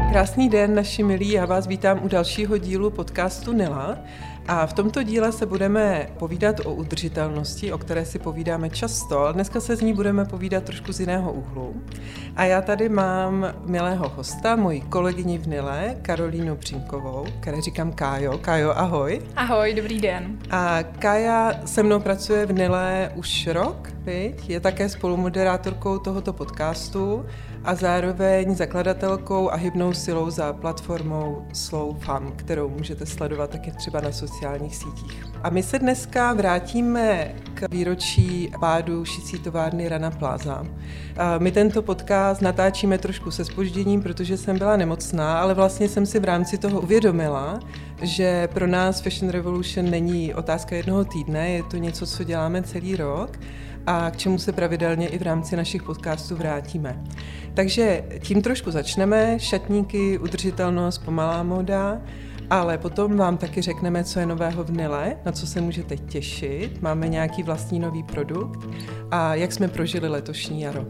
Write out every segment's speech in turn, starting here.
Krásný den, naši milí, já vás vítám u dalšího dílu podcastu Nila. A v tomto díle se budeme povídat o udržitelnosti, o které si povídáme často, ale dneska se z ní budeme povídat trošku z jiného úhlu. A já tady mám milého hosta, moji kolegyni v Nile, Karolínu Břínkovou, které říkám Kájo. Kájo, ahoj. Ahoj, dobrý den. A Kája se mnou pracuje v Nile už rok, viď? Je také spolumoderátorkou tohoto podcastu a zároveň zakladatelkou a hybnou silou za platformou Slow Fam, kterou můžete sledovat taky třeba na sociálních sítích. A my se dneska vrátíme k výročí pádu šicí továrny Rana Plaza. My tento podcast natáčíme trošku se zpožděním, protože jsem byla nemocná, ale vlastně jsem si v rámci toho uvědomila, že pro nás Fashion Revolution není otázka jednoho týdne, je to něco, co děláme celý rok a k čemu se pravidelně i v rámci našich podcastů vrátíme. Takže tím trošku začneme, šatníky, udržitelnost, pomalá móda, ale potom vám taky řekneme, co je nového v Nile, na co se můžete těšit, máme nějaký vlastní nový produkt a jak jsme prožili letošní jaro.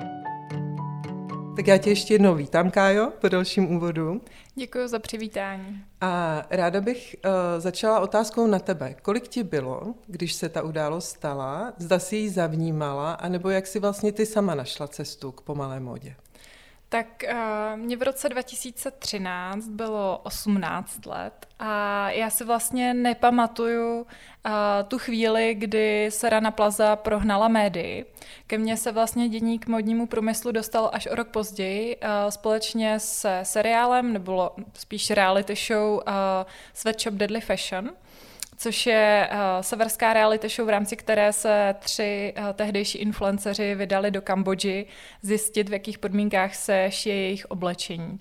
Tak já tě ještě jednou vítám, Kájo, po dalším úvodu. Děkuji za přivítání. A ráda bych začala otázkou na tebe. Kolik ti bylo, když se ta událost stala? Zda si ji zavnímala, anebo jak si vlastně ty sama našla cestu k pomalé módě? Tak mě v roce 2013 bylo 18 let a já si vlastně nepamatuju tu chvíli, kdy se Rana Plaza prohnala médii. Ke mně se vlastně dění k módnímu průmyslu dostal až o rok později společně se seriálem, nebo spíš reality show Sweatshop Deadly Fashion, což je severská reality show, v rámci které se 3 tehdejší influenceři vydali do Kambodži zjistit, v jakých podmínkách se šije jejich oblečení.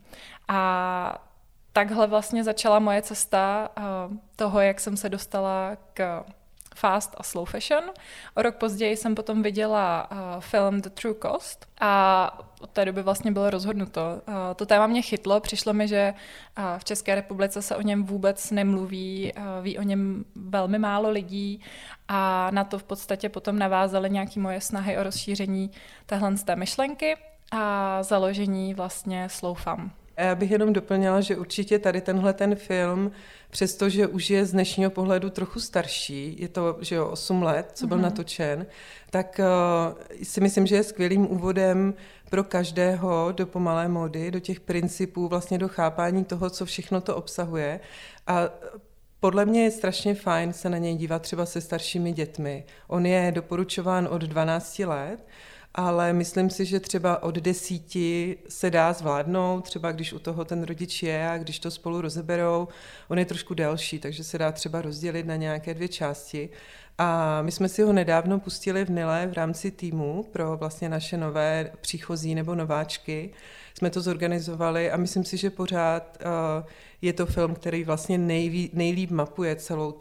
A takhle vlastně začala moje cesta toho, jak jsem se dostala k fast a slow fashion. O rok později jsem potom viděla film The True Cost a od té doby vlastně bylo rozhodnuto. To téma mě chytlo, přišlo mi, že v České republice se o něm vůbec nemluví, ví o něm velmi málo lidí a na to v podstatě potom navázaly nějaké moje snahy o rozšíření téhle myšlenky a založení vlastně Slow Fam. Já bych jenom doplnila, že určitě tady tenhle ten film, přestože už je z dnešního pohledu trochu starší, je to, že jo, 8 let, co byl natočen, tak si myslím, že je skvělým úvodem pro každého do pomalé módy, do těch principů, vlastně do chápání toho, co všechno to obsahuje. A podle mě je strašně fajn se na něj dívat třeba se staršími dětmi. On je doporučován od 12 let, ale myslím si, že třeba od 10 se dá zvládnout, třeba když u toho ten rodič je a když to spolu rozeberou, on je trošku delší, takže se dá třeba rozdělit na nějaké 2 části. A my jsme si ho nedávno pustili v Nile v rámci týmu pro vlastně naše nové příchozí nebo nováčky. Jsme to zorganizovali a myslím si, že pořád je to film, který vlastně nejlíp mapuje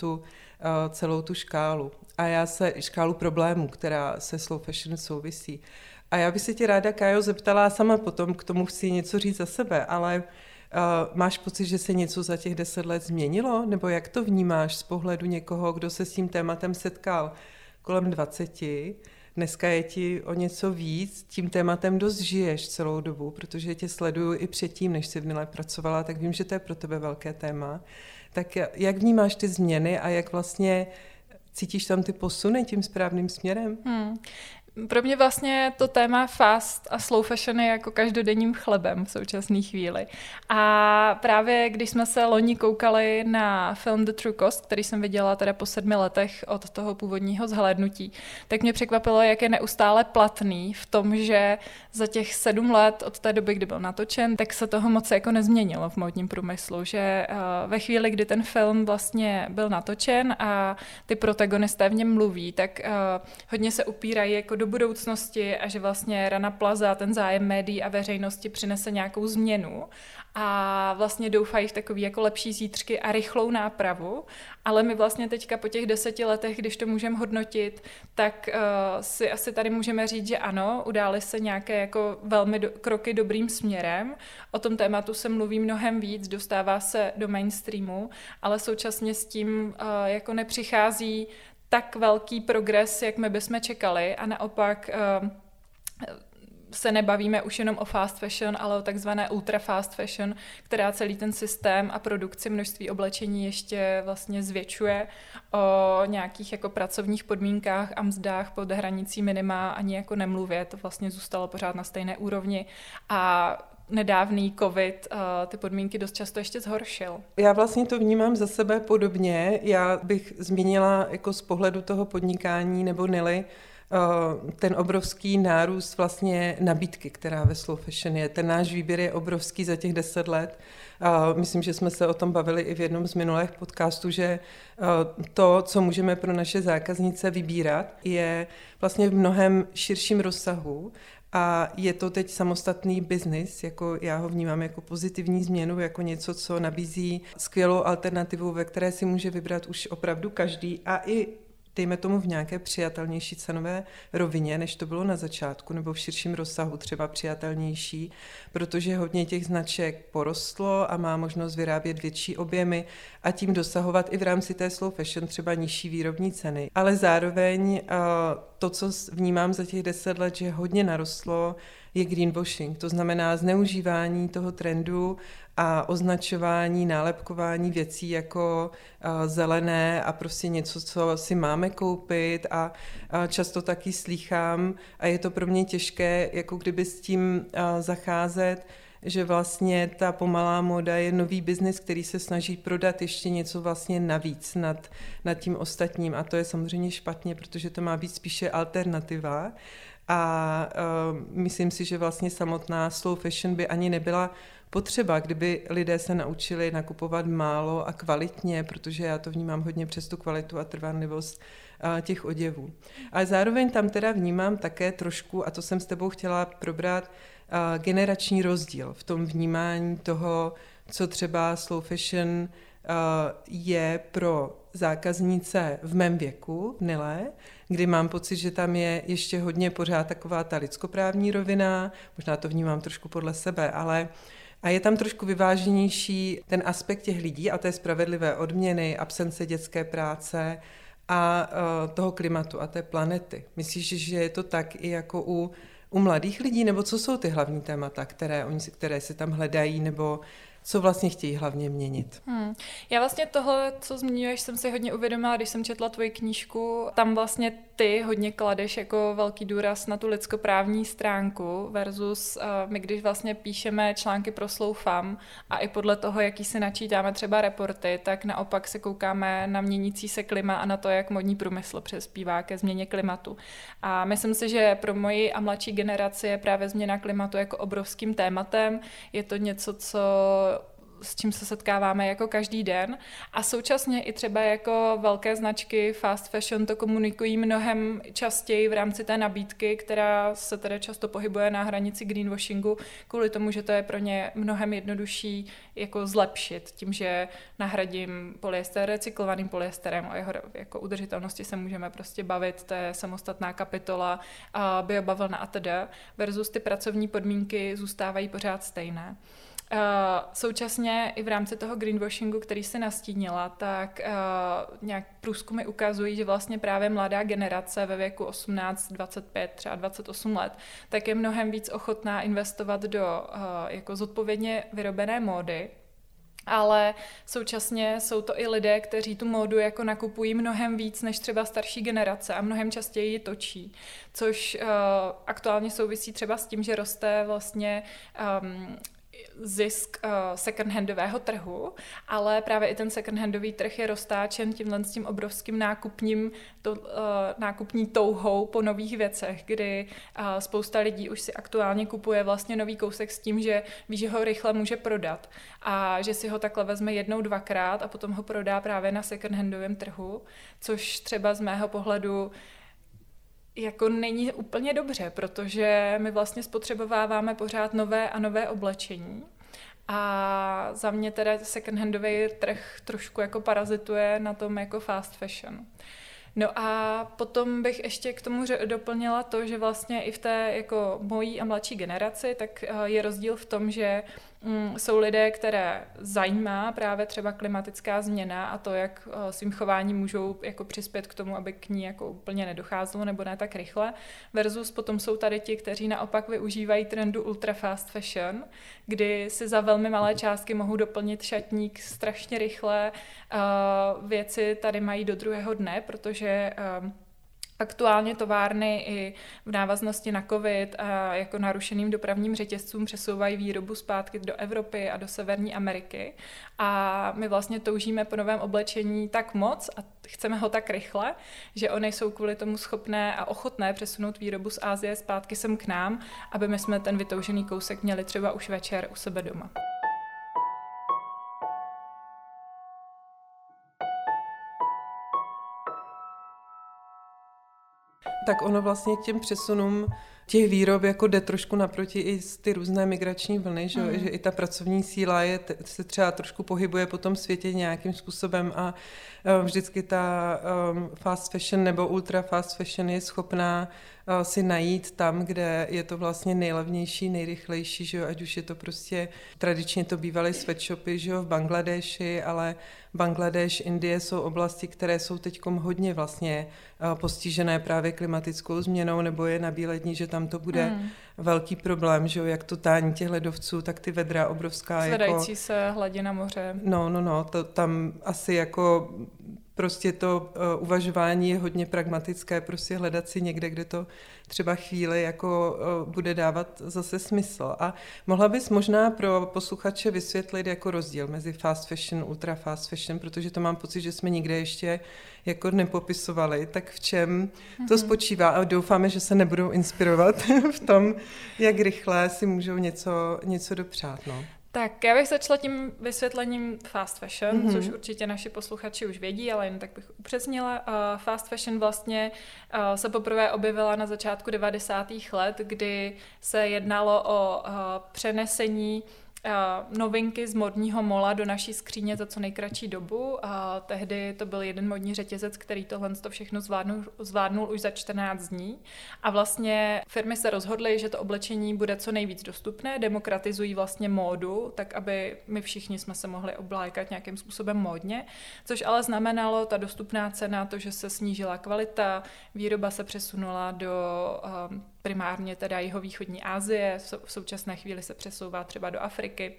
celou tu škálu. A škálu problémů, která se slow fashion souvisí. A já bych se tě ráda, Kájo, zeptala, sama potom k tomu chci něco říct za sebe, ale máš pocit, že se něco za těch 10 let změnilo? Nebo jak to vnímáš z pohledu někoho, kdo se s tím tématem setkal kolem 20? Dneska je ti o něco víc, tím tématem dost žiješ celou dobu, protože tě sleduju i předtím, než jsi v Nile pracovala, tak vím, že to je pro tebe velké téma. Tak jak vnímáš ty změny a jak vlastně cítíš tam ty posuny tím správným směrem? Pro mě vlastně to téma fast a slow fashion je jako každodenním chlebem v současné chvíli. A právě když jsme se loni koukali na film The True Cost, který jsem viděla teda po 7 letech od toho původního zhlédnutí, tak mě překvapilo, jak je neustále platný v tom, že za těch 7 let od té doby, kdy byl natočen, tak se toho moc jako nezměnilo v módním průmyslu, že ve chvíli, kdy ten film vlastně byl natočen a ty protagonisté v něm mluví, tak hodně se upírají jako do budoucnosti a že vlastně Rana Plaza, ten zájem médií a veřejnosti přinese nějakou změnu a vlastně doufají v takový jako lepší zítřky a rychlou nápravu, ale my vlastně teďka po těch 10 letech, když to můžeme hodnotit, tak si asi tady můžeme říct, že ano, udály se nějaké jako velmi kroky dobrým směrem, o tom tématu se mluví mnohem víc, dostává se do mainstreamu, ale současně s tím jako nepřichází tak velký progres, jak my bychom čekali a naopak se nebavíme už jenom o fast fashion, ale o takzvané ultra fast fashion, která celý ten systém a produkci množství oblečení ještě vlastně zvětšuje, o nějakých jako pracovních podmínkách a mzdách pod hranicí minima ani jako nemluvě, to vlastně zůstalo pořád na stejné úrovni a nedávný covid ty podmínky dost často ještě zhoršil. Já vlastně to vnímám za sebe podobně. Já bych zmínila jako z pohledu toho podnikání nebo Nily ten obrovský nárůst vlastně nabídky, která ve slow fashion je. Ten náš výběr je obrovský za těch 10 let. Myslím, že jsme se o tom bavili i v jednom z minulých podcastů, že to, co můžeme pro naše zákaznice vybírat, je vlastně v mnohem širším rozsahu. A je to teď samostatný biznis, jako já ho vnímám jako pozitivní změnu, jako něco, co nabízí skvělou alternativu, ve které si může vybrat už opravdu každý a i dejme tomu v nějaké přijatelnější cenové rovině, než to bylo na začátku, nebo v širším rozsahu třeba přijatelnější, protože hodně těch značek porostlo a má možnost vyrábět větší objemy a tím dosahovat i v rámci té slow fashion třeba nižší výrobní ceny. Ale zároveň to, co vnímám za těch 10 let, že hodně narostlo, je greenwashing, to znamená zneužívání toho trendu a označování, nálepkování věcí jako zelené a prostě něco, co si máme koupit a často taky slýchám a je to pro mě těžké, jako kdyby s tím zacházet, že vlastně ta pomalá móda je nový biznis, který se snaží prodat ještě něco vlastně navíc nad tím ostatním a to je samozřejmě špatně, protože to má být spíše alternativa. A myslím si, že vlastně samotná slow fashion by ani nebyla potřeba, kdyby lidé se naučili nakupovat málo a kvalitně, protože já to vnímám hodně přes tu kvalitu a trvanlivost těch oděvů. Ale zároveň tam teda vnímám také trošku, a to jsem s tebou chtěla probrat, generační rozdíl v tom vnímání toho, co třeba slow fashion je pro zákaznice v mém věku, v Nile, kdy mám pocit, že tam je ještě hodně pořád taková ta lidskoprávní rovina, možná to vnímám trošku podle sebe, ale a je tam trošku vyváženější ten aspekt těch lidí a té spravedlivé odměny, absence dětské práce a toho klimatu a té planety. Myslíš, že je to tak i jako u mladých lidí, nebo co jsou ty hlavní témata, které se tam hledají, nebo co vlastně chtějí hlavně měnit? Já vlastně tohle, co zmiňuješ, jsem si hodně uvědomila, když jsem četla tvoji knížku. Tam vlastně ty hodně kladeš jako velký důraz na tu lidskoprávní stránku versus my, když vlastně píšeme články pro Slow Fam a i podle toho, jaký si načítáme třeba reporty, tak naopak se koukáme na měnící se klima a na to, jak modní průmysl přispívá ke změně klimatu. A myslím si, že pro moji a mladší generaci je právě změna klimatu jako obrovským tématem. Je to něco, s čím se setkáváme jako každý den a současně i třeba jako velké značky fast fashion to komunikují mnohem častěji v rámci té nabídky, která se tedy často pohybuje na hranici greenwashingu, kvůli tomu, že to je pro ně mnohem jednodušší jako zlepšit tím, že nahradím polyester recyklovaným polyesterem, o jeho jako udržitelnosti se můžeme prostě bavit, to je samostatná kapitola, biobavlna a tedy, versus ty pracovní podmínky zůstávají pořád stejné. Současně i v rámci toho greenwashingu, který se nastínila, tak nějak průzkumy ukazují, že vlastně právě mladá generace ve věku 18, 25, třeba 28 let, tak je mnohem víc ochotná investovat do jako zodpovědně vyrobené módy, ale současně jsou to i lidé, kteří tu módu jako nakupují mnohem víc než třeba starší generace a mnohem častěji ji točí, což aktuálně souvisí třeba s tím, že roste vlastně zisk second-handového trhu, ale právě i ten second-handový trh je roztáčen s tím obrovským nákupní touhou po nových věcech, kdy spousta lidí už si aktuálně kupuje vlastně nový kousek s tím, že ví, že ho rychle může prodat a že si ho takhle vezme jednou, dvakrát a potom ho prodá právě na second-handovém trhu, což třeba z mého pohledu jako není úplně dobře, protože my vlastně spotřebováváme pořád nové a nové oblečení a za mě teda second-handový trh trošku jako parazituje na tom jako fast fashion. No a potom bych ještě k tomu doplnila to, že vlastně i v té jako mojí a mladší generaci, tak je rozdíl v tom, že jsou lidé, které zajímá právě třeba klimatická změna a to, jak svým chováním můžou jako přispět k tomu, aby k ní jako úplně nedocházelo nebo ne tak rychle. Versus potom jsou tady ti, kteří naopak využívají trendu ultra fast fashion, kdy si za velmi malé částky mohou doplnit šatník strašně rychle. Věci tady mají do druhého dne, protože aktuálně továrny i v návaznosti na covid a jako narušeným dopravním řetězcům přesouvají výrobu zpátky do Evropy a do Severní Ameriky. A my vlastně toužíme po novém oblečení tak moc a chceme ho tak rychle, že oni jsou kvůli tomu schopné a ochotné přesunout výrobu z Asie zpátky sem k nám, aby my jsme ten vytoužený kousek měli třeba už večer u sebe doma. Tak ono vlastně k těm přesunům těch výrob jako jde trošku naproti i ty různé migrační vlny, že i ta pracovní síla se třeba trošku pohybuje po tom světě nějakým způsobem a vždycky ta fast fashion nebo ultra fast fashion je schopná si najít tam, kde je to vlastně nejlevnější, nejrychlejší, že jo? Ať už je to prostě, tradičně to bývaly sweatshopy, že jo, v Bangladeši, ale Bangladeš, Indie jsou oblasti, které jsou teďkom hodně vlastně postižené právě klimatickou změnou, nebo je nabílední, že tam to bude velký problém, že jo, jak to tání těch ledovců, tak ty vedra obrovská. Zvedající se hladina moře. No, to tam asi jako prostě to uvažování je hodně pragmatické, prostě hledat si někde, kde to třeba chvíli jako bude dávat zase smysl. A mohla bys možná pro posluchače vysvětlit jako rozdíl mezi fast fashion, ultra fast fashion, protože to mám pocit, že jsme nikde ještě jako nepopisovali, tak v čem to spočívá a doufáme, že se nebudou inspirovat v tom, jak rychle si můžou něco dopřát, no. Tak já bych začala tím vysvětlením fast fashion, což určitě naši posluchači už vědí, ale jen tak bych upřesnila. Fast fashion vlastně se poprvé objevila na začátku 90. let, kdy se jednalo o přenesení novinky z modního mola do naší skříně za co nejkratší dobu. A tehdy to byl jeden modní řetězec, který tohle všechno zvládnul už za 14 dní. A vlastně firmy se rozhodly, že to oblečení bude co nejvíc dostupné, demokratizují vlastně módu, tak aby my všichni jsme se mohli oblékat nějakým způsobem módně, což ale znamenalo ta dostupná cena, to, že se snížila kvalita, výroba se přesunula do primárně teda jihovýchodní Asie, v současné chvíli se přesouvá třeba do Afriky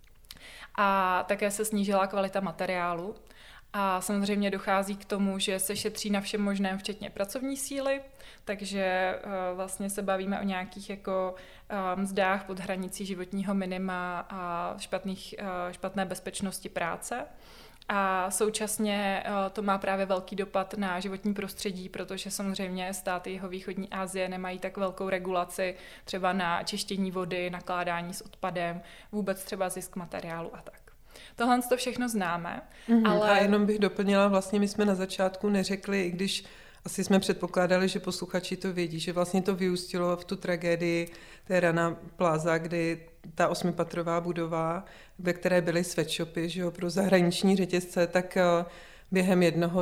a také se snížila kvalita materiálu a samozřejmě dochází k tomu, že se šetří na všem možném, včetně pracovní síly, takže vlastně se bavíme o nějakých jako mzdách pod hranicí životního minima a špatné bezpečnosti práce. A současně to má právě velký dopad na životní prostředí, protože samozřejmě státy jihovýchodní Asie nemají tak velkou regulaci třeba na čištění vody, nakládání s odpadem, vůbec třeba zisk materiálu a tak. Tohle to všechno známe, ale... A jenom bych doplnila, vlastně my jsme na začátku neřekli, i když asi jsme předpokládali, že posluchači to vědí, že vlastně to vyústilo v tu tragédii té Rana Plaza, kdy ta 8patrová budova, ve které byly sweatshopy, že jo, pro zahraniční řetězce, tak během jednoho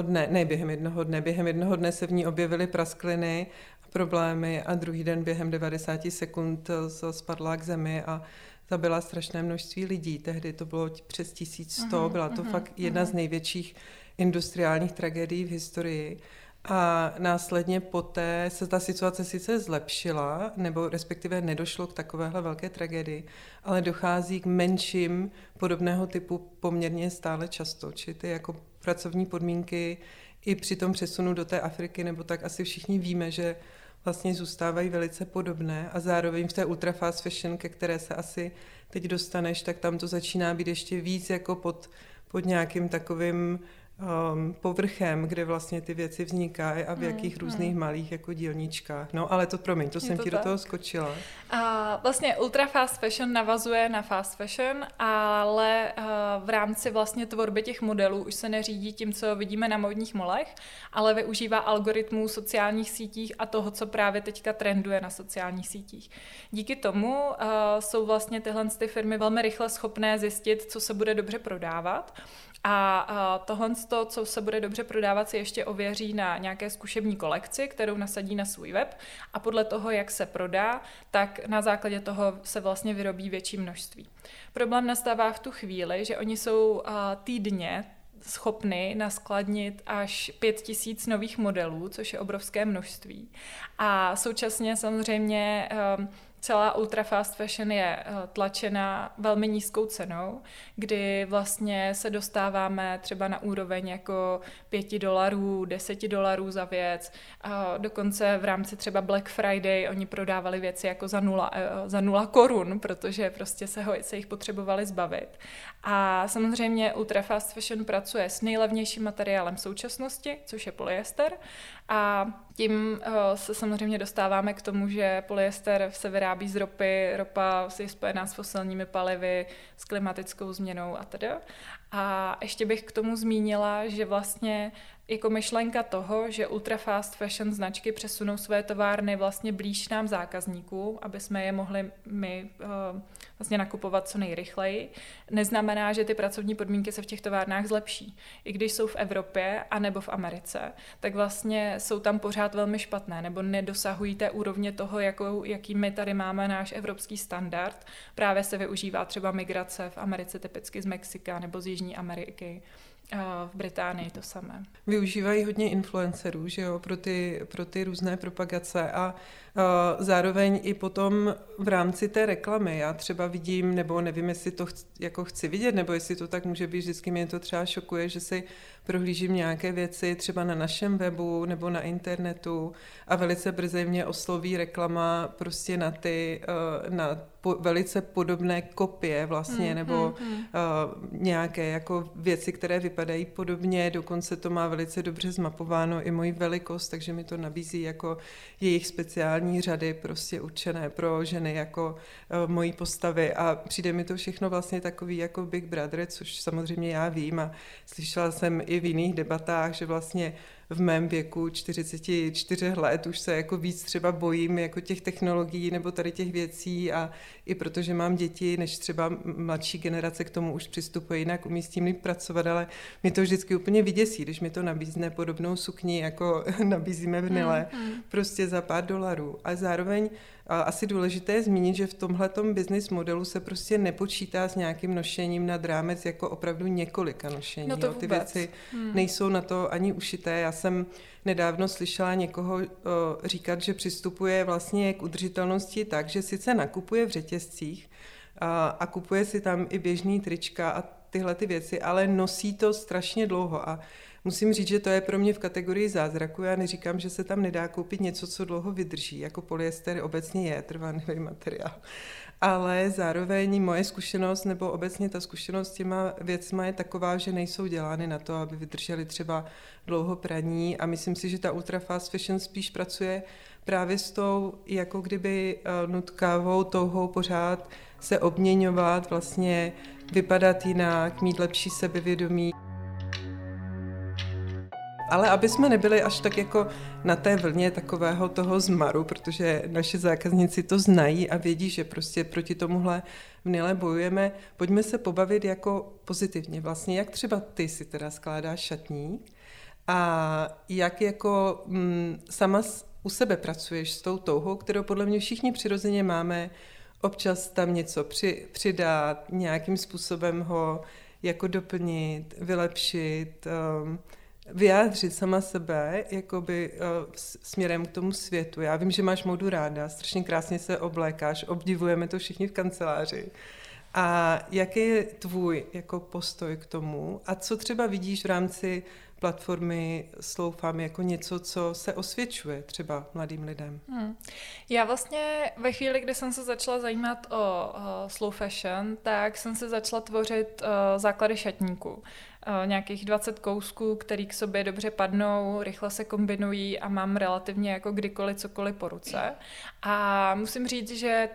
dne se v ní objevily praskliny a problémy a druhý den během 90 sekund spadla k zemi a zabila strašné množství lidí. Tehdy to bylo přes 1100, byla to fakt jedna z největších industriálních tragédií v historii. A následně poté se ta situace sice zlepšila, nebo respektive nedošlo k takovéhle velké tragédii, ale dochází k menším podobného typu poměrně stále často. Či ty jako pracovní podmínky i při tom přesunu do té Afriky, nebo tak asi všichni víme, že vlastně zůstávají velice podobné a zároveň v té ultra fast fashion, ke které se asi teď dostaneš, tak tam to začíná být ještě víc jako pod nějakým takovým povrchem, kde vlastně ty věci vznikají a v jakých různých malých jako dílničkách. No, ale to jsem ti do toho skočila. A vlastně ultra fast fashion navazuje na fast fashion, ale v rámci vlastně tvorby těch modelů už se neřídí tím, co vidíme na módních molech, ale využívá algoritmů sociálních sítích a toho, co právě teďka trenduje na sociálních sítích. Díky tomu jsou vlastně tyhle firmy velmi rychle schopné zjistit, co se bude dobře prodávat. A tohle, co se bude dobře prodávat, si ještě ověří na nějaké zkušební kolekci, kterou nasadí na svůj web a podle toho, jak se prodá, tak na základě toho se vlastně vyrobí větší množství. Problém nastává v tu chvíli, že oni jsou týdně schopny naskladnit až 5000 nových modelů, což je obrovské množství. A současně samozřejmě celá ultra fast fashion je tlačena velmi nízkou cenou, kdy vlastně se dostáváme třeba na úroveň jako $5, $10 za věc. A dokonce v rámci třeba Black Friday oni prodávali věci jako za 0 korun, protože prostě se jich potřebovali zbavit. A samozřejmě ultra fast fashion pracuje s nejlevnějším materiálem současnosti, což je polyester. A tím se samozřejmě dostáváme k tomu, že polyester se vyrábí z ropy, ropa je spojená s fosilními palivy, s klimatickou změnou a tedy. A ještě bych k tomu zmínila, že vlastně jako myšlenka toho, že ultra fast fashion značky přesunou své továrny vlastně blíž nám zákazníků, aby jsme je mohli my vlastně nakupovat co nejrychleji, neznamená, že ty pracovní podmínky se v těch továrnách zlepší. I když jsou v Evropě anebo v Americe, tak vlastně jsou tam pořád velmi špatné nebo nedosahují té úrovně toho, jaký my tady máme náš evropský standard. Právě se využívá třeba migrace v Americe typicky z Mexika nebo z Jižní Ameriky. V Británii to samé. Využívají hodně influencerů, že jo, pro ty různé propagace a zároveň i potom v rámci té reklamy. Já třeba vidím, nebo nevím, jestli to jako chci vidět, nebo jestli to tak může být, vždycky mě to třeba šokuje, že si prohlížím nějaké věci třeba na našem webu nebo na internetu a velice brzy mě osloví reklama prostě na velice podobné kopie vlastně, nebo nějaké jako věci, které vypadají podobně, dokonce to má velice dobře zmapováno i moji velikost, takže mi to nabízí jako jejich speciální řady prostě určené pro ženy jako mojí postavy a přijde mi to všechno vlastně takový jako Big Brother, což samozřejmě já vím a slyšela jsem i v jiných debatách, že vlastně v mém věku 44 let už se jako víc třeba bojím jako těch technologií nebo tady těch věcí a i protože mám děti, než třeba mladší generace k tomu už přistupuje jinak, umí s tím líp pracovat, ale mi to vždycky úplně vyděsí, když mi to nabízne podobnou sukni, jako nabízíme v Nile, prostě za pár $. A zároveň asi důležité je zmínit, že v tomhletom business modelu se prostě nepočítá s nějakým nošením nad rámec jako opravdu několika nošení. No to ty věci nejsou na to ani ušité. Já jsem nedávno slyšela někoho říkat, že přistupuje vlastně k udržitelnosti tak, že sice nakupuje v řetězcích a kupuje si tam i běžný trička a tyhle ty věci, ale nosí to strašně dlouho a musím říct, že to je pro mě v kategorii zázraku. Já neříkám, že se tam nedá koupit něco, co dlouho vydrží, jako polyester obecně je trvanlivý materiál. Ale zároveň moje zkušenost, nebo obecně ta zkušenost s těma věcma je taková, že nejsou dělány na to, aby vydržely třeba dlouho praní a myslím si, že ta ultra fast fashion spíš pracuje právě s tou, jako kdyby nutkavou touhou pořád se obměňovat, vlastně vypadat jinak, mít lepší sebevědomí. Ale aby jsme nebyli až tak jako na té vlně takového toho zmaru, protože naši zákazníci to znají a vědí, že prostě proti tomuhle v Nile bojujeme, pojďme se pobavit jako pozitivně. Vlastně jak třeba ty si teda skládáš šatník a jak jako sama u sebe pracuješ s tou touhou, kterou podle mě všichni přirozeně máme, občas tam něco přidat, nějakým způsobem ho jako doplnit, vylepšit, vyjádřit sama sebe jakoby směrem k tomu světu. Já vím, že máš módu ráda, strašně krásně se oblékáš, obdivujeme to všichni v kanceláři. A jaký je tvůj jako postoj k tomu? A co třeba vidíš v rámci platformy Sloufám jako něco, co se osvědčuje třeba mladým lidem? Já vlastně ve chvíli, kdy jsem se začala zajímat o slow fashion, tak jsem se začala tvořit základy šatníku. Nějakých 20 kousků, který k sobě dobře padnou, rychle se kombinují a mám relativně jako kdykoliv cokoliv po ruce. A musím říct, že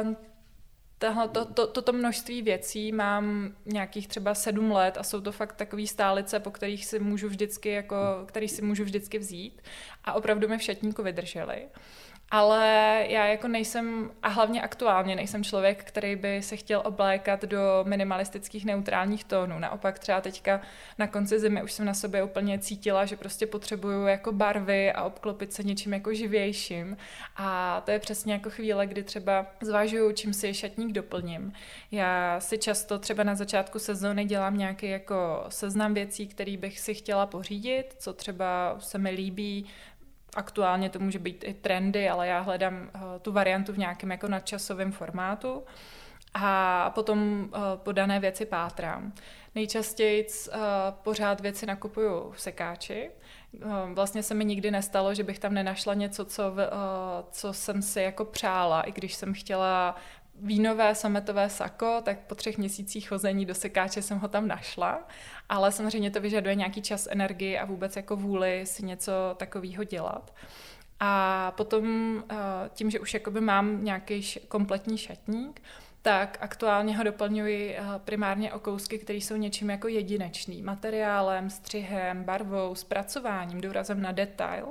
toto množství věcí mám nějakých třeba 7 let a jsou to fakt takový stálice, po kterých si můžu vždycky vzít a opravdu mi v šatníku vydržely. Ale já jako nejsem, a hlavně aktuálně nejsem člověk, který by se chtěl oblékat do minimalistických neutrálních tónů. Naopak třeba teďka na konci zimy už jsem na sobě úplně cítila, že prostě potřebuju jako barvy a obklopit se něčím jako živějším. A to je přesně jako chvíle, kdy třeba zvažuju, čím si šatník doplním. Já si často třeba na začátku sezóny dělám nějaký jako seznam věcí, který bych si chtěla pořídit, co třeba se mi líbí. Aktuálně to může být i trendy, ale já hledám tu variantu v nějakém jako nadčasovém formátu a potom po dané věci pátrám. Nejčastěji pořád věci nakupuju v sekáči. Vlastně se mi nikdy nestalo, že bych tam nenašla něco, co jsem si jako přála, i když jsem chtěla vínové sametové sako, tak po 3 měsících chození do sekáče jsem ho tam našla, ale samozřejmě to vyžaduje nějaký čas, energii a vůbec jako vůli si něco takového dělat. A potom tím, že už jakoby mám nějaký kompletní šatník, tak aktuálně ho doplňuji primárně o kousky, které jsou něčím jako jedinečný. Materiálem, střihem, barvou, zpracováním, důrazem na detail.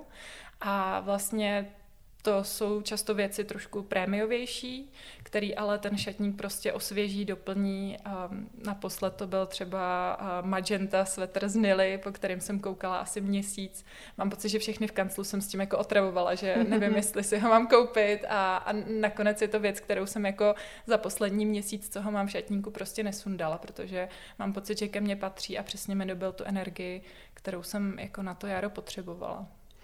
A vlastně to jsou často věci trošku prémiovější, který ale ten šatník prostě osvěží, doplní. Naposled to byl třeba magenta svetr z Nily, po kterém jsem koukala asi měsíc. Mám pocit, že všechny v kanclu jsem s tím jako otravovala, že nevím, jestli si ho mám koupit a nakonec je to věc, kterou jsem jako za poslední měsíc, co ho mám v šatníku, prostě nesundala, protože mám pocit, že ke mně patří a přesně mi dobil tu energii, kterou jsem jako na to jaro potřebovala.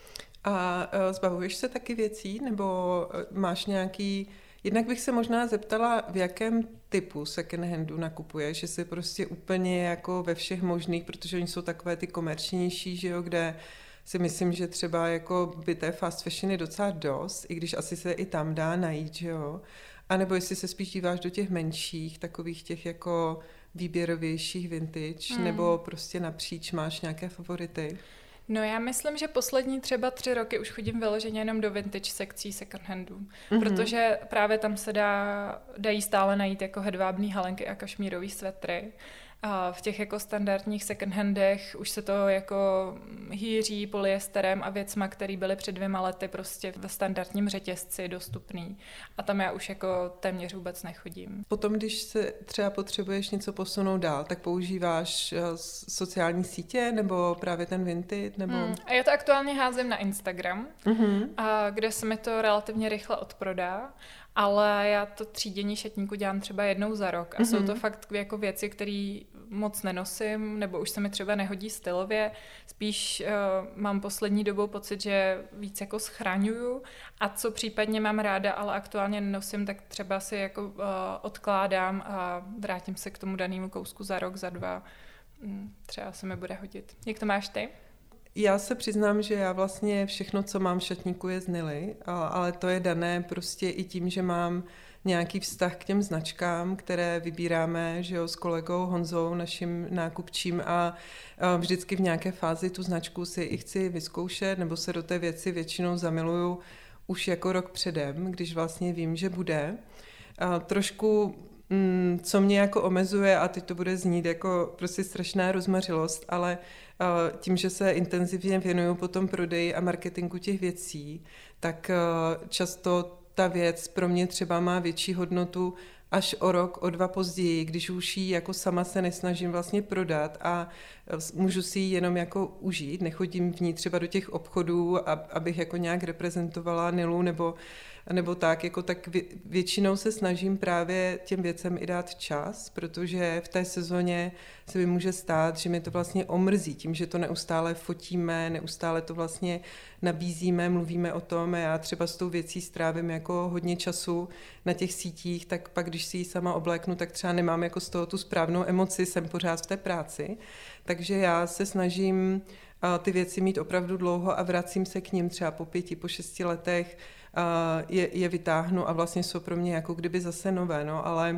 A zbavuješ se taky věcí, nebo máš nějaký... Jednak bych se možná zeptala, v jakém typu second handu nakupuješ, že si prostě úplně jako ve všech možných, protože oni jsou takové ty komerčnější, že jo, kde si myslím, že třeba jako by té fast fashion je docela dost, i když asi se i tam dá najít, že jo. A nebo jestli se spíš díváš do těch menších, takových těch jako výběrovějších vintage, nebo prostě napříč máš nějaké favority? No já myslím, že poslední třeba 3 roky už chodím vyloženě jenom do vintage sekcí second handů, protože právě tam se dají stále najít jako hedvábný halenky a kašmírový svetry. A v těch jako standardních second handech už se to jako hýří polyesterem a věcma, které byly před 2 lety prostě ve standardním řetězci dostupný. A tam já už jako téměř vůbec nechodím. Potom, když se třeba potřebuješ něco posunout dál, tak používáš sociální sítě nebo právě ten Vinted? Nebo... A já to aktuálně házím na Instagram, kde se mi to relativně rychle odprodá. Ale já to třídění šatníku dělám třeba jednou za rok a jsou to fakt jako věci, které moc nenosím, nebo už se mi třeba nehodí stylově. Spíš mám poslední dobou pocit, že víc jako schraňuju a co případně mám ráda, ale aktuálně nenosím, tak třeba si jako odkládám a vrátím se k tomu danému kousku za rok, za 2. Třeba se mi bude hodit. Jak to máš ty? Já se přiznám, že já vlastně všechno, co mám v šatníku, je z Nily, ale to je dané prostě i tím, že mám nějaký vztah k těm značkám, které vybíráme, že jo, s kolegou Honzou, naším nákupčím a vždycky v nějaké fázi tu značku si i chci vyzkoušet, nebo se do té věci většinou zamiluju už jako rok předem, když vlastně vím, že bude. Trošku co mě jako omezuje, a teď to bude znít jako prostě strašná rozmařilost, ale tím, že se intenzivně věnuju potom prodeji a marketingu těch věcí, tak často ta věc pro mě třeba má větší hodnotu až o rok, o 2 později, když už ji jako sama se nesnažím vlastně prodat a můžu si ji jenom jako užít, nechodím v ní třeba do těch obchodů, abych jako nějak reprezentovala Nilu nebo tak, jako tak většinou se snažím právě těm věcem i dát čas, protože v té sezóně se mi může stát, že mi to vlastně omrzí tím, že to neustále fotíme, neustále to vlastně nabízíme, mluvíme o tom a já třeba s tou věcí strávím jako hodně času na těch sítích, tak pak, když si ji sama obléknu, tak třeba nemám jako z toho tu správnou emoci, jsem pořád v té práci, takže já se snažím ty věci mít opravdu dlouho a vracím se k nim třeba po 5, po 6 letech, je vytáhnu a vlastně jsou pro mě jako kdyby zase nové, no, ale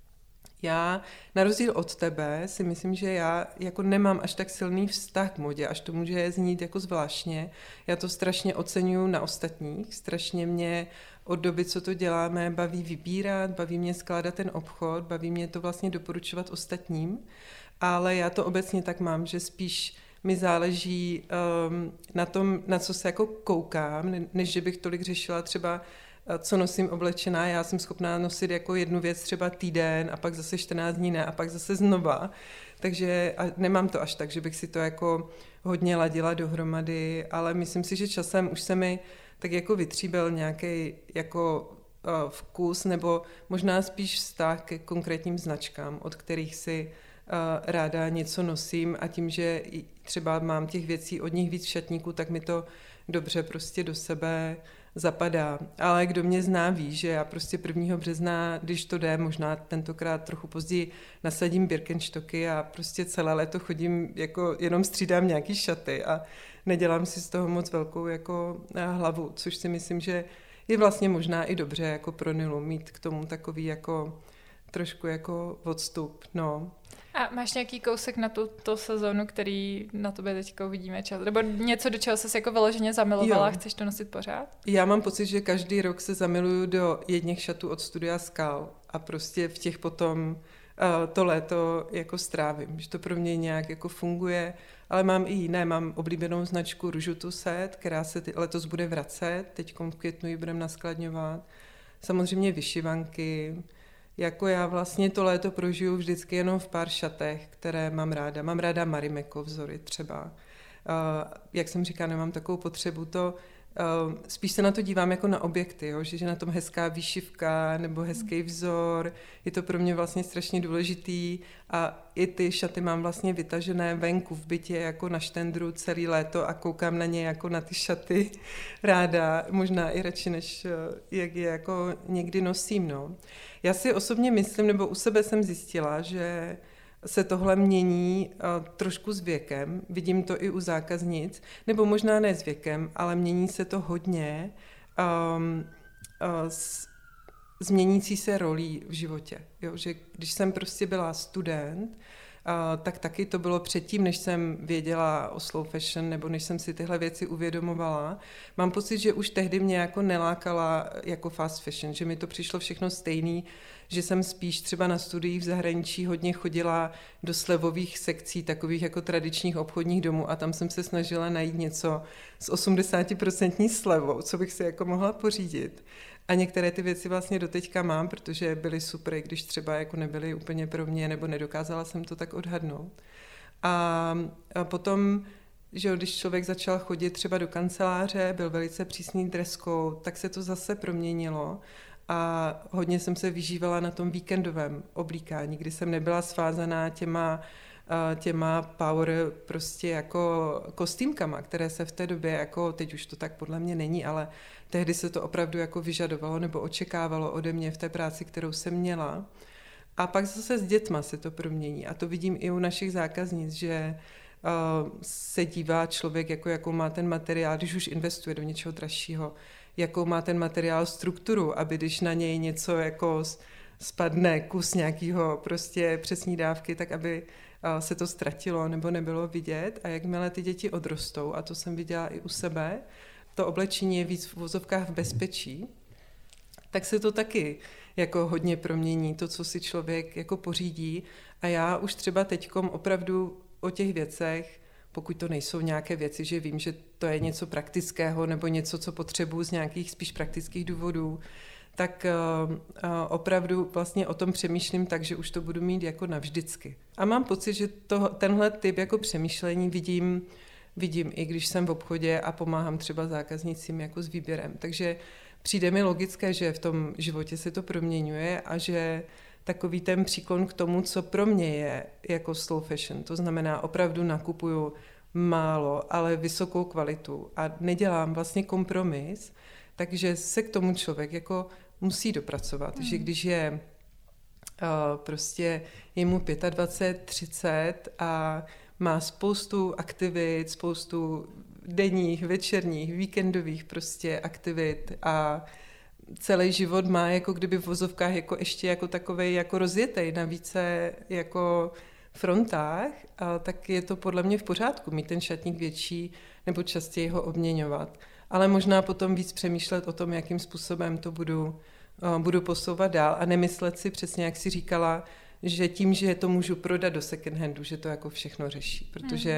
já, na rozdíl od tebe, si myslím, že já jako nemám až tak silný vztah k modě, až to může znít jako zvláštně. Já to strašně oceňuji na ostatních, strašně mě od doby, co to děláme, baví vybírat, baví mě skládat ten obchod, baví mě to vlastně doporučovat ostatním, ale já to obecně tak mám, že spíš mi záleží na tom, na co se jako koukám, než že bych tolik řešila třeba, co nosím oblečená. Já jsem schopná nosit jako jednu věc třeba týden a pak zase 14 dní ne a pak zase znova. Takže a nemám to až tak, že bych si to jako hodně ladila dohromady, ale myslím si, že časem už se mi tak jako vytříbil nějaký jako vkus nebo možná spíš vztah ke konkrétním značkám, od kterých si ráda něco nosím a tím, že třeba mám těch věcí od nich víc v šatníku, tak mi to dobře prostě do sebe zapadá. Ale kdo mě zná, ví, že já prostě 1. března, když to jde, možná tentokrát trochu později, nasadím Birkenstocky a prostě celé léto chodím, jako jenom střídám nějaký šaty a nedělám si z toho moc velkou jako hlavu, což si myslím, že je vlastně možná i dobře jako pro Nilu mít k tomu takový jako trošku jako odstup, no. A máš nějaký kousek na tu sezónu, který na tobě teďka uvidíme čas? Nebo něco, do čeho jsi jako vyloženě zamilovala a chceš to nosit pořád? Já mám pocit, že každý rok se zamiluju do jedněch šatů od Studia Skal a prostě v těch potom to léto jako strávím, že to pro mě nějak jako funguje, ale mám i jiné, mám oblíbenou značku Růžu Tuset, která se letos bude vracet, teď v květnu ji budeme naskladňovat. Samozřejmě vyšivanky, jako já vlastně to léto prožiju vždycky jenom v pár šatech, které mám ráda. Mám ráda Marimekko vzory třeba. Jak jsem říkala, nemám takovou potřebu to, spíš se na to dívám jako na objekty, jo? Že na tom hezká výšivka nebo hezký vzor, je to pro mě vlastně strašně důležitý a i ty šaty mám vlastně vytažené venku v bytě jako na štendru celý léto a koukám na ně jako na ty šaty ráda, možná i radši, než jak je jako někdy nosím, no. Já si osobně myslím, nebo u sebe jsem zjistila, že se tohle mění trošku s věkem, vidím to i u zákaznic, nebo možná ne s věkem, ale mění se to hodně s změnící se rolí v životě. Jo? Že když jsem prostě byla student, tak taky to bylo předtím, než jsem věděla o slow fashion, nebo než jsem si tyhle věci uvědomovala. Mám pocit, že už tehdy mě jako nelákala jako fast fashion, že mi to přišlo všechno stejný, že jsem spíš třeba na studiích v zahraničí hodně chodila do slevových sekcí takových jako tradičních obchodních domů a tam jsem se snažila najít něco s 80% slevou, co bych si jako mohla pořídit. A některé ty věci vlastně doteďka mám, protože byly super, když třeba jako nebyly úplně pro mě, nebo nedokázala jsem to tak odhadnout. A potom, že když člověk začal chodit třeba do kanceláře, byl velice přísný dress code, tak se to zase proměnilo. A hodně jsem se vyžívala na tom víkendovém oblíkání, kdy jsem nebyla svázaná těma power prostě jako kostýmkama, které se v té době jako, teď už to tak podle mě není, ale tehdy se to opravdu jako vyžadovalo nebo očekávalo ode mě v té práci, kterou jsem měla. A pak zase s dětma se to promění a to vidím i u našich zákaznic, že se dívá člověk, jako jakou má ten materiál, když už investuje do něčeho dražšího, jakou má ten materiál strukturu, aby když na něj něco jako spadne kus nějakého prostě přesní dávky, tak aby se to ztratilo nebo nebylo vidět. A jakmile ty děti odrostou, a to jsem viděla i u sebe, to oblečení je víc v uvozovkách v bezpečí, tak se to taky jako hodně promění, to, co si člověk jako pořídí. A já už třeba teďkom opravdu o těch věcech, pokud to nejsou nějaké věci, že vím, že to je něco praktického nebo něco, co potřebuji z nějakých spíš praktických důvodů, tak opravdu vlastně o tom přemýšlím tak, že už to budu mít jako navždycky. A mám pocit, že tenhle typ jako přemýšlení vidím i když jsem v obchodě a pomáhám třeba zákaznicím jako s výběrem. Takže přijde mi logické, že v tom životě se to proměňuje a že takový ten příklon k tomu, co pro mě je jako slow fashion. To znamená, opravdu nakupuju málo, ale vysokou kvalitu a nedělám vlastně kompromis, takže se k tomu člověk jako musí dopracovat, že když je prostě je mu 25, 30 a má spoustu aktivit, spoustu denních, večerních, víkendových prostě aktivit a celý život má jako kdyby v vozovkách jako ještě jako takovej jako rozjetej na více jako frontách, tak je to podle mě v pořádku mít ten šatník větší nebo častěji ho obměňovat. Ale možná potom víc přemýšlet o tom, jakým způsobem to budu posouvat dál a nemyslet si přesně, jak jsi říkala, že tím, že to můžu prodat do second handu, že to jako všechno řeší, protože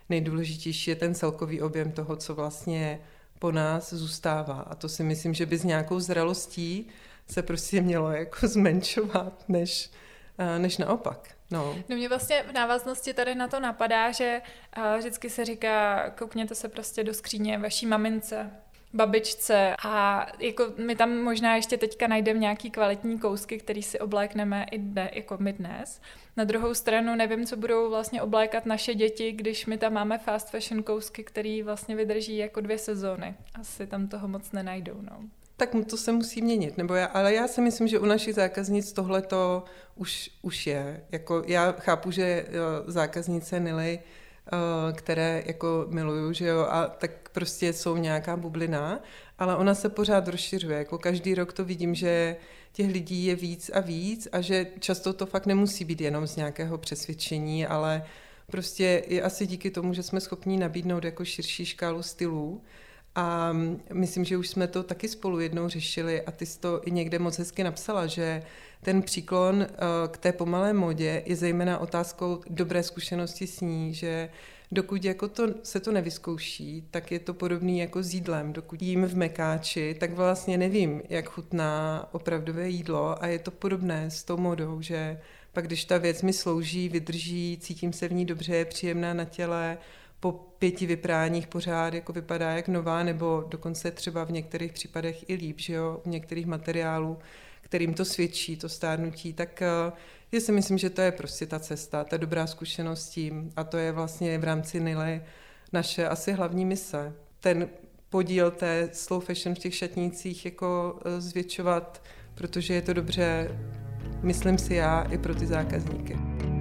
nejdůležitější je ten celkový objem toho, co vlastně po nás zůstává. A to si myslím, že by s nějakou zralostí se prostě mělo jako zmenšovat, než naopak. No. No mě vlastně v návaznosti tady na to napadá, že vždycky se říká, koukněte se prostě do skříně vaší mamince, babičce a jako my tam možná ještě teďka najdeme nějaký kvalitní kousky, který si oblékneme jako my dnes. Na druhou stranu nevím, co budou vlastně oblékat naše děti, když my tam máme fast fashion kousky, který vlastně vydrží jako 2 sezóny. Asi tam toho moc nenajdou, no. Tak to se musí měnit, ale já si myslím, že u našich zákaznic tohleto už je. Jako já chápu, že zákaznice Nily, které jako miluju, že jo, a tak prostě jsou nějaká bublina, ale ona se pořád rozšiřuje. Jako každý rok to vidím, že těch lidí je víc a víc a že často to fakt nemusí být jenom z nějakého přesvědčení, ale prostě je asi díky tomu, že jsme schopni nabídnout jako širší škálu stylů. A myslím, že už jsme to taky spolu jednou řešili a ty jsi to i někde moc hezky napsala, že ten příklon k té pomalé modě je zejména otázkou dobré zkušenosti s ní, že dokud jako se to nevyzkouší, tak je to podobný jako s jídlem. Dokud jím v mekáči, tak vlastně nevím, jak chutná opravdové jídlo a je to podobné s tou modou, že pak když ta věc mi slouží, vydrží, cítím se v ní dobře, je příjemná na těle, po 5 vypráních pořád jako vypadá jak nová, nebo dokonce třeba v některých případech i líp, že jo, u některých materiálů, kterým to svědčí, to stárnutí, tak já si myslím, že to je prostě ta cesta, ta dobrá zkušenost tím a to je vlastně v rámci Nily naše asi hlavní mise. Ten podíl té slow fashion v těch šatnících jako zvětšovat, protože je to dobře, myslím si já, i pro ty zákazníky.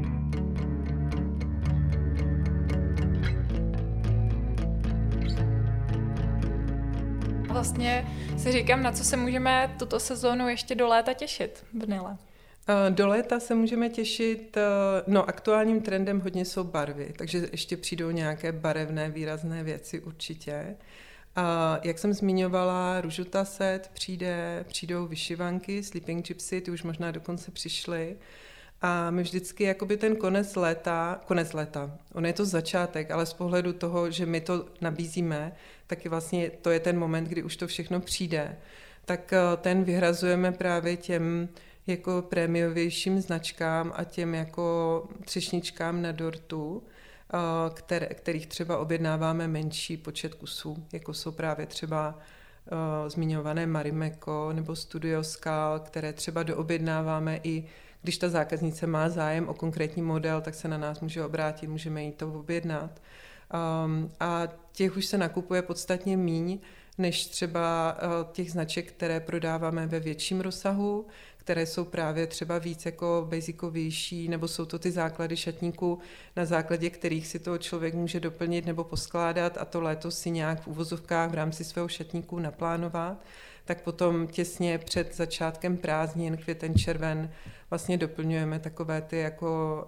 Vlastně si říkám, na co se můžeme tuto sezónu ještě do léta těšit v Nyle. Do léta se můžeme těšit, aktuálním trendem hodně jsou barvy, takže ještě přijdou nějaké barevné, výrazné věci určitě. A jak jsem zmiňovala, Růžuta set přijdou vyšivanky, Sleeping Gypsy, ty už možná dokonce přišly. A my vždycky jakoby ten konec léta, on je to začátek, ale z pohledu toho, že my to nabízíme, tak je vlastně to je ten moment, kdy už to všechno přijde. Tak ten vyhrazujeme právě těm jako prémiovějším značkám a těm jako třešničkám na dortu, kterých třeba objednáváme menší počet kusů, jako jsou právě třeba zmiňované Marimekko nebo Studio Skal, které třeba doobjednáváme i když ta zákaznice má zájem o konkrétní model, tak se na nás může obrátit, můžeme jí to objednat. A těch už se nakupuje podstatně míň, než třeba těch značek, které prodáváme ve větším rozsahu, které jsou právě třeba víc jako basicovější, nebo jsou to ty základy šatníků, na základě kterých si to člověk může doplnit nebo poskládat a to léto si nějak v uvozovkách v rámci svého šatníku naplánovat. Tak potom těsně před začátkem prázdnin, květen, červen, vlastně doplňujeme takové ty jako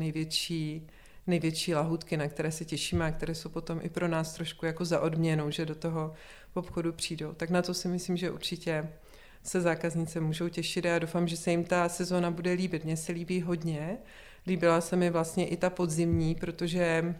největší lahůdky, na které se těšíme a které jsou potom i pro nás trošku jako za odměnou, že do toho obchodu přijdou. Tak na to si myslím, že určitě se zákaznice můžou těšit a já doufám, že se jim ta sezóna bude líbit. Mně se líbí hodně. Líbila se mi vlastně i ta podzimní, protože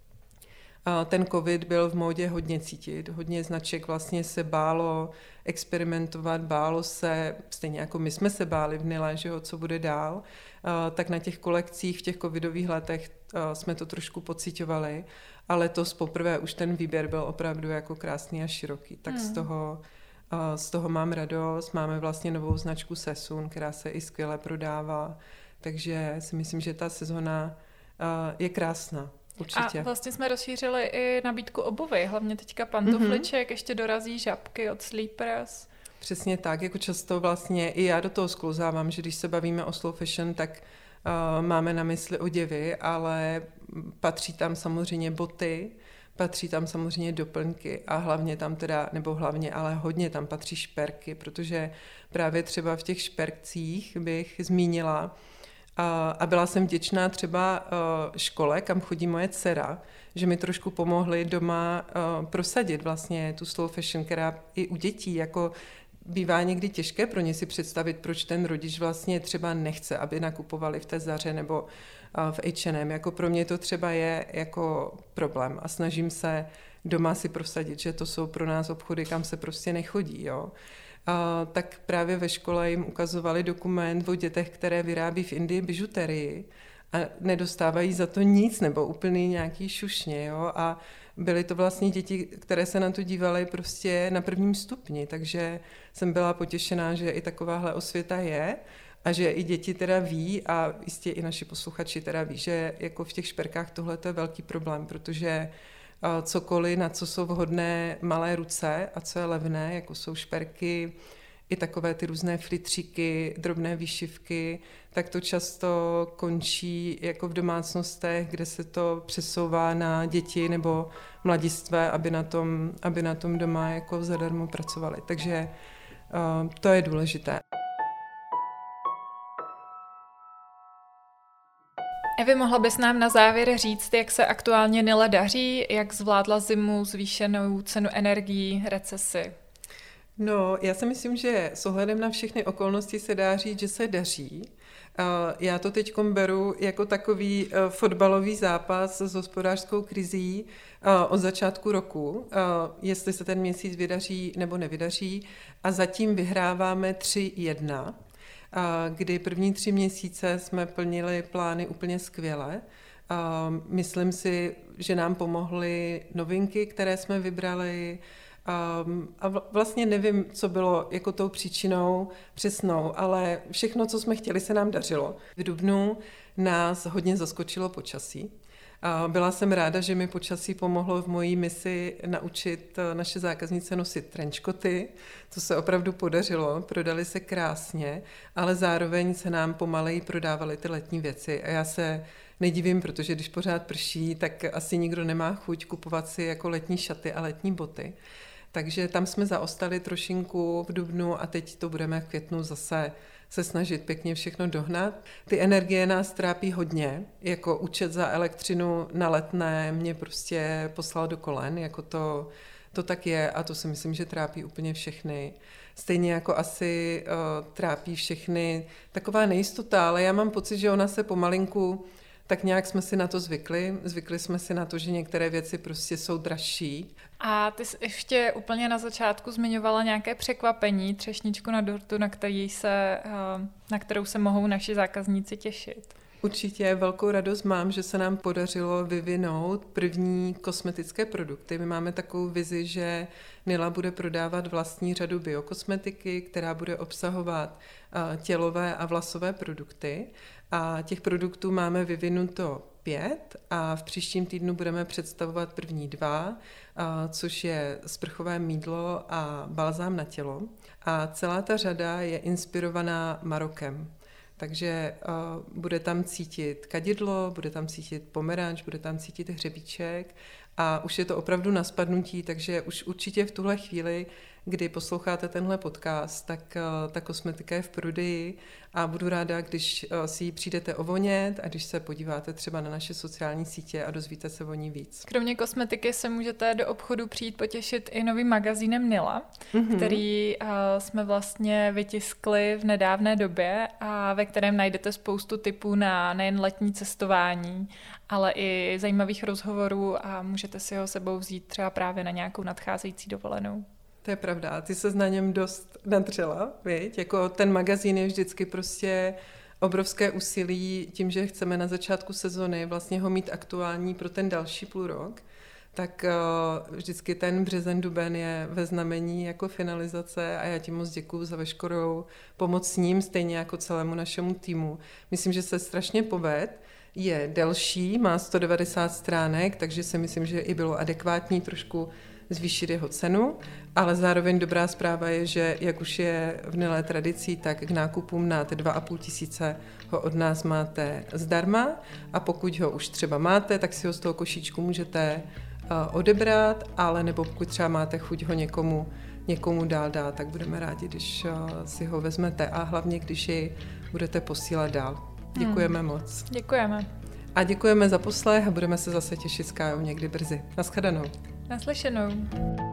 ten covid byl v módě hodně cítit. Hodně značek vlastně se bálo experimentovat, bálo se, stejně jako my jsme se báli v Nyle, že co bude dál, tak na těch kolekcích v těch covidových letech jsme to trošku pociťovali, ale letos poprvé už ten výběr byl opravdu jako krásný a široký. Tak z toho mám radost. Máme vlastně novou značku Sesun, která se i skvěle prodává, takže si myslím, že ta sezona je krásná. Určitě. A vlastně jsme rozšířili i nabídku obuvy, hlavně teďka pantofliček, ještě dorazí žabky od Sleepers. Přesně tak, jako často vlastně i já do toho sklouzávám, že když se bavíme o slow fashion, tak máme na mysli oděvy, ale patří tam samozřejmě boty, patří tam samozřejmě doplňky a hlavně tam teda, nebo hlavně, ale hodně tam patří šperky, protože právě třeba v těch šperkcích bych zmínila, a byla jsem vděčná třeba škole, kam chodí moje dcera, že mi trošku pomohli doma prosadit vlastně tu slow fashion, která i u dětí jako bývá někdy těžké pro ně si představit, proč ten rodič vlastně třeba nechce, aby nakupovali v té Zaře nebo v H&M. Jako pro mě to třeba je jako problém a snažím se doma si prosadit, že to jsou pro nás obchody, kam se prostě nechodí, jo. Tak právě ve škole jim ukazovali dokument o dětech, které vyrábí v Indii bižuterii a nedostávají za to nic nebo úplný nějaký šušně, jo. A byly to vlastně děti, které se na to dívaly prostě na prvním stupni, takže jsem byla potěšená, že i takováhle osvěta je a že i děti teda ví a jistě i naši posluchači teda ví, že jako v těch šperkách tohle je velký problém, protože cokoliv, na co jsou vhodné malé ruce a co je levné, jako jsou šperky, i takové ty různé flitříky, drobné výšivky, tak to často končí jako v domácnostech, kde se to přesouvá na děti nebo mladistvé, aby na tom doma jako zadarmo pracovali. Takže to je důležité. Evi, mohla bys nám na závěr říct, jak se aktuálně Nile daří, jak zvládla zimu, zvýšenou cenu energií, recesi? No, já si myslím, že s ohledem na všechny okolnosti se dá říct, že se daří. Já to teď beru jako takový fotbalový zápas s hospodářskou krizí od začátku roku, jestli se ten měsíc vydaří nebo nevydaří. A zatím vyhráváme 3-1, kdy první 3 měsíce jsme plnili plány úplně skvěle. Myslím si, že nám pomohly novinky, které jsme vybrali, a vlastně nevím, co bylo jako tou příčinou přesnou, ale všechno, co jsme chtěli, se nám dařilo. V dubnu nás hodně zaskočilo počasí. Byla jsem ráda, že mi počasí pomohlo v mojí misi naučit naše zákaznice nosit trenčkoty. To se opravdu podařilo, prodali se krásně, ale zároveň se nám pomaleji prodávaly ty letní věci. A já se nedivím, protože když pořád prší, tak asi nikdo nemá chuť kupovat si jako letní šaty a letní boty. Takže tam jsme zaostali trošinku v dubnu a teď to budeme v květnu zase se snažit pěkně všechno dohnat. Ty energie nás trápí hodně, jako účet za elektřinu na Letné mě prostě poslal do kolen, jako to tak je a to si myslím, že trápí úplně všechny. Stejně jako asi trápí všechny taková nejistota, ale já mám pocit, že ona se pomalinku, tak nějak jsme si na to zvykli. Zvykli jsme si na to, že některé věci prostě jsou dražší. A ty jsi ještě úplně na začátku zmiňovala nějaké překvapení, třešničku na dortu, na kterou se mohou naši zákazníci těšit. Určitě velkou radost mám, že se nám podařilo vyvinout první kosmetické produkty. My máme takovou vizi, že Nila bude prodávat vlastní řadu biokosmetiky, která bude obsahovat tělové a vlasové produkty. A těch produktů máme vyvinuto 5 a v příštím týdnu budeme představovat první 2, což je sprchové mýdlo a balzám na tělo. A celá ta řada je inspirovaná Marokem. Takže bude tam cítit kadidlo, bude tam cítit pomeranč, bude tam cítit hřebíček a už je to opravdu na spadnutí, takže už určitě v tuhle chvíli, kdy posloucháte tenhle podcast, tak ta kosmetika je v prodeji a budu ráda, když si ji přijdete ovonět a když se podíváte třeba na naše sociální sítě a dozvíte se o ní víc. Kromě kosmetiky se můžete do obchodu přijít potěšit i novým magazínem Nila, který jsme vlastně vytiskli v nedávné době a ve kterém najdete spoustu tipů na nejen letní cestování, ale i zajímavých rozhovorů a můžete si ho sebou vzít třeba právě na nějakou nadcházející dovolenou. To je pravda, ty se na něm dost nadřela, viď? Jako ten magazín je vždycky prostě obrovské úsilí tím, že chceme na začátku sezony vlastně ho mít aktuální pro ten další půlrok, tak vždycky ten březen, duben je ve znamení jako finalizace a já ti moc děkuju za veškerou pomoc s ním, stejně jako celému našemu týmu. Myslím, že se strašně povedl. Je delší, má 190 stránek, takže si myslím, že i bylo adekvátní trošku zvýšit jeho cenu, ale zároveň dobrá zpráva je, že jak už je v Nilé tradicí, tak k nákupům na ty 2,5 tisíce ho od nás máte zdarma a pokud ho už třeba máte, tak si ho z toho košíčku můžete odebrat, ale nebo pokud třeba máte chuť ho někomu dál dát, tak budeme rádi, když si ho vezmete a hlavně, když ji budete posílat dál. Děkujeme moc. Děkujeme. A děkujeme za poslech a budeme se zase těšit s Kájou někdy brzy. Naschledanou. Naslyšenou.